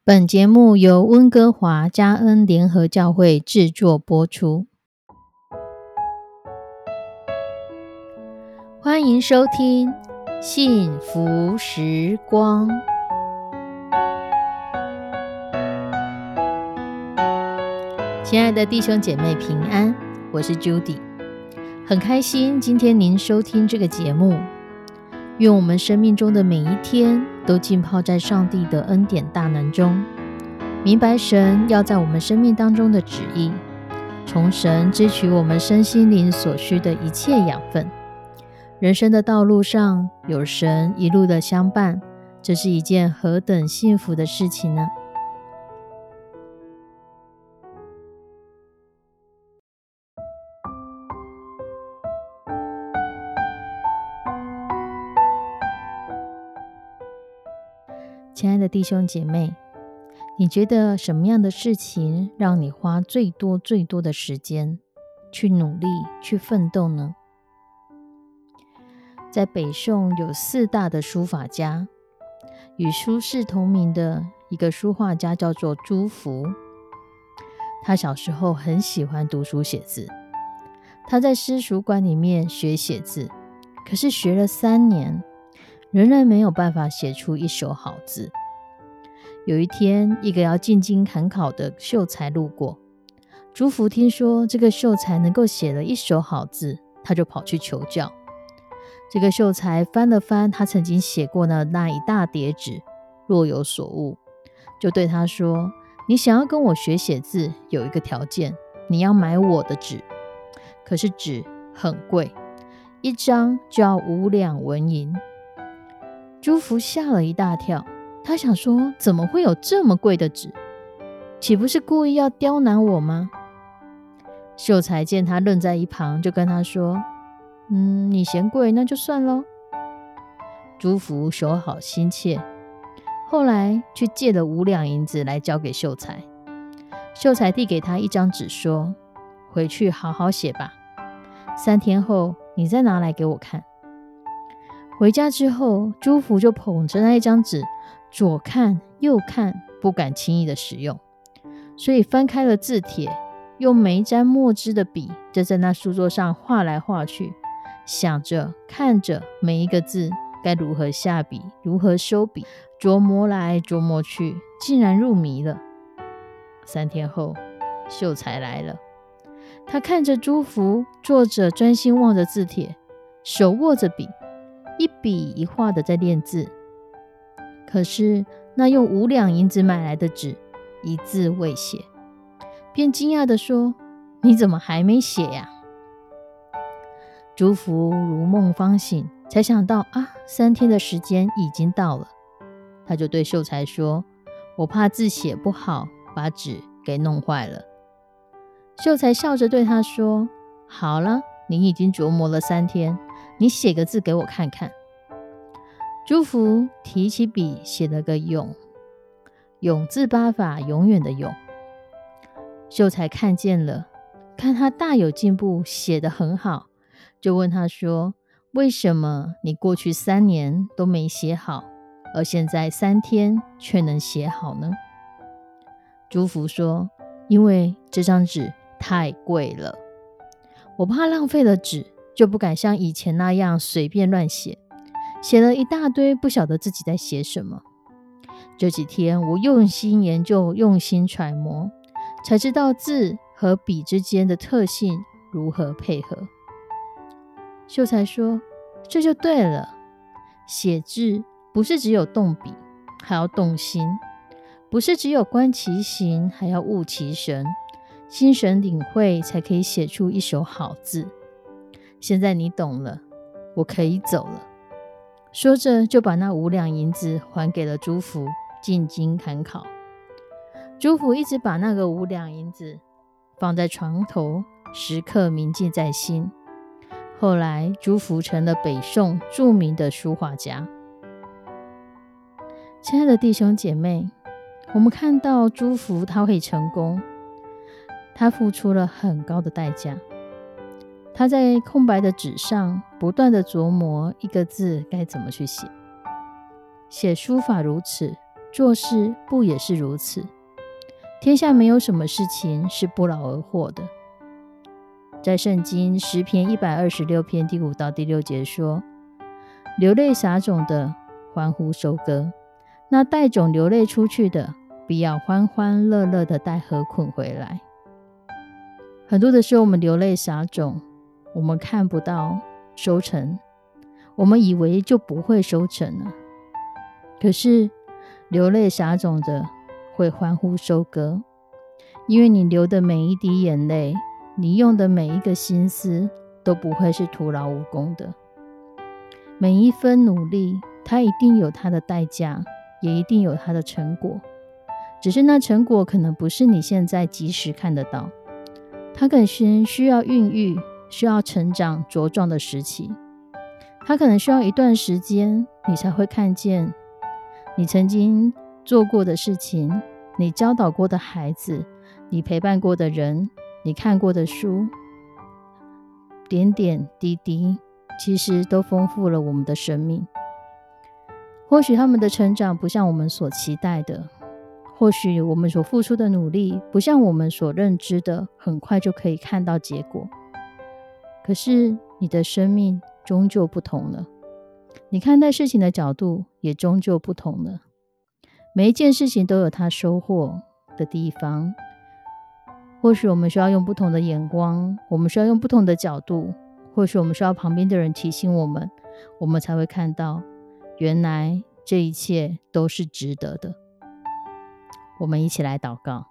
本节目由温哥华嘉恩联合教会制作播出。欢迎收听幸福时光。亲爱的弟兄姐妹平安，我是 Judy， 很开心今天您收听这个节目。愿我们生命中的每一天都浸泡在上帝的恩典大能中，明白神要在我们生命当中的旨意，从神支取我们身心灵所需的一切养分。人生的道路上有神一路的相伴，这是一件何等幸福的事情呢？亲爱的弟兄姐妹，你觉得什么样的事情让你花最多的时间去努力去奋斗呢？在北宋有4大的书法家，与苏轼同名的一个书画家叫做朱福。他小时候很喜欢读书写字，他在诗书馆里面学写字，可是学了3年，仍然没有办法写出一手好字。有一天，一个要进京赶考的秀才路过，朱福听说这个秀才能够写了一手好字，他就跑去求教。这个秀才翻了翻他曾经写过的那一大叠纸，若有所悟，就对他说：你想要跟我学写字，有一个条件，你要买我的纸，可是纸很贵，一张就要5两纹银。朱福吓了一大跳，他想说，怎么会有这么贵的纸？岂不是故意要刁难我吗？秀才见他愣在一旁，就跟他说：你嫌贵，那就算咯。朱福手好心切，后来去借了5两银子来交给秀才。秀才递给他一张纸说：回去好好写吧，3天后你再拿来给我看。回家之后，朱福就捧着那一张纸，左看右看，不敢轻易的使用，所以翻开了字帖，用没沾墨汁的笔就在那书桌上画来画去，想着看着每一个字该如何下笔，如何收笔，琢磨来琢磨去，竟然入迷了。3天后，秀才来了，他看着朱福坐着专心望着字帖，手握着笔，一笔一画的在练字。可是那用5两银子买来的纸一字未写，便惊讶地说：你怎么还没写呀？朱福如梦方醒，才想到3天的时间已经到了。他就对秀才说：我怕字写不好，把纸给弄坏了。秀才笑着对他说：好了，你已经琢磨了3天，你写个字给我看看。朱福提起笔写了个永，永字8法，永远的永。秀才看见了，看他大有进步，写得很好，就问他说：为什么你过去3年都没写好，而现在3天却能写好呢？朱福说：因为这张纸太贵了，我怕浪费了纸，就不敢像以前那样随便乱写，写了一大堆，不晓得自己在写什么。这几天我用心研究，用心揣摩，才知道字和笔之间的特性如何配合。秀才说：这就对了，写字不是只有动笔，还要动心，不是只有观其形，还要悟其神，心神领会才可以写出一手好字。现在你懂了，我可以走了。说着就把那5两银子还给了朱福，进京赶考。朱福一直把那个5两银子放在床头，时刻铭记在心。后来朱福成了北宋著名的书画家。亲爱的弟兄姐妹，我们看到朱福他会成功，他付出了很高的代价。他在空白的纸上不断的琢磨一个字该怎么去写。写书法如此， 做事不也是如此？天下没有什么事情是不劳而获的。在圣经诗篇126篇第5到第6节说，流泪撒种的欢呼收割，那带种流泪出去的必要欢欢乐乐的带禾捆回来。很多的时候我们流泪撒种，我们看不到收成，我们以为就不会收成了。可是流泪撒种的会欢呼收割，因为你流的每一滴眼泪，你用的每一个心思都不会是徒劳无功的。每一分努力，它一定有它的代价，也一定有它的成果，只是那成果可能不是你现在及时看得到，它可能需要孕育，需要成长茁壮的时期，它可能需要一段时间，你才会看见你曾经做过的事情，你教导过的孩子，你陪伴过的人，你看过的书，点点滴滴其实都丰富了我们的生命。或许他们的成长不像我们所期待的，或许我们所付出的努力不像我们所认知的很快就可以看到结果，可是你的生命终究不同了，你看待事情的角度也终究不同了。每一件事情都有它收获的地方，或许我们需要用不同的眼光，我们需要用不同的角度，或许我们需要旁边的人提醒我们，我们才会看到原来这一切都是值得的。我们一起来祷告。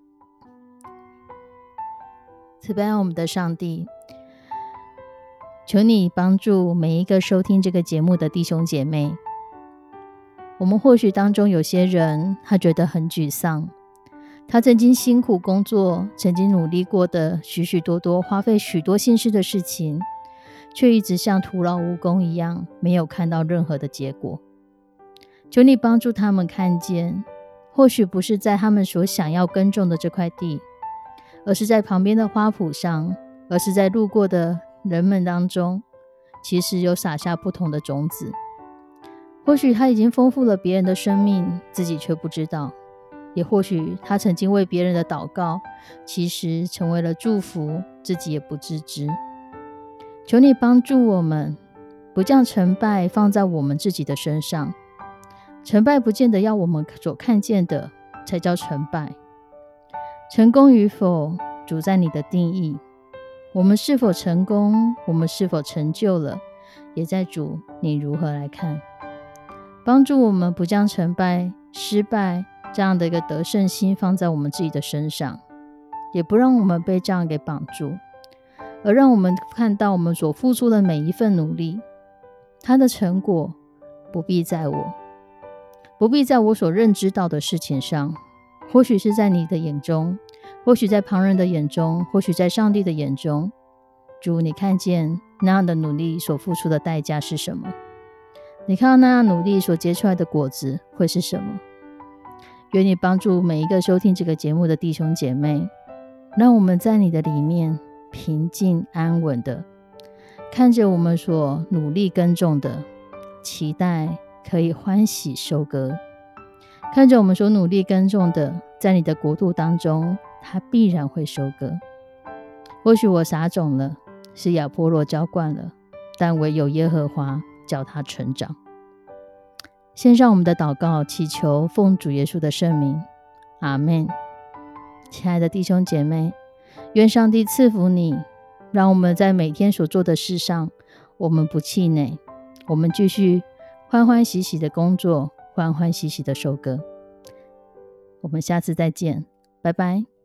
慈悲爱我们的上帝，求你帮助每一个收听这个节目的弟兄姐妹。我们或许当中有些人他觉得很沮丧，他曾经辛苦工作，曾经努力过的许许多多，花费许多心思的事情，却一直像徒劳无功一样，没有看到任何的结果。求你帮助他们看见，或许不是在他们所想要耕种的这块地，而是在旁边的花圃上，而是在路过的人们当中，其实有撒下不同的种子。或许他已经丰富了别人的生命，自己却不知道，也或许他曾经为别人的祷告，其实成为了祝福，自己也不自知。求你帮助我们，不将成败放在我们自己的身上。成败不见得要我们所看见的才叫成败，成功与否主在你的定义，我们是否成功，我们是否成就了，也在主你如何来看。帮助我们不将成败、失败这样的一个得胜心放在我们自己的身上，也不让我们被这样给绑住，而让我们看到我们所付出的每一份努力，它的成果不必在我，不必在我所认知到的事情上，或许是在你的眼中，或许在旁人的眼中，或许在上帝的眼中。主，你看见那样的努力所付出的代价是什么？你看到那样努力所结出来的果子会是什么？愿你帮助每一个收听这个节目的弟兄姐妹，让我们在你的里面平静安稳的看着我们所努力耕种的，期待可以欢喜收割。看着我们所努力耕种的，在你的国度当中，它必然会收割。或许我撒种了，是亚波罗浇灌了，但唯有耶和华叫它成长。献上我们的祷告，祈求奉主耶稣的圣名，阿们。亲爱的弟兄姐妹，愿上帝赐福你，让我们在每天所做的事上，我们不气馁，我们继续欢欢喜喜的工作，欢欢喜喜的收割。我们下次再见，拜拜。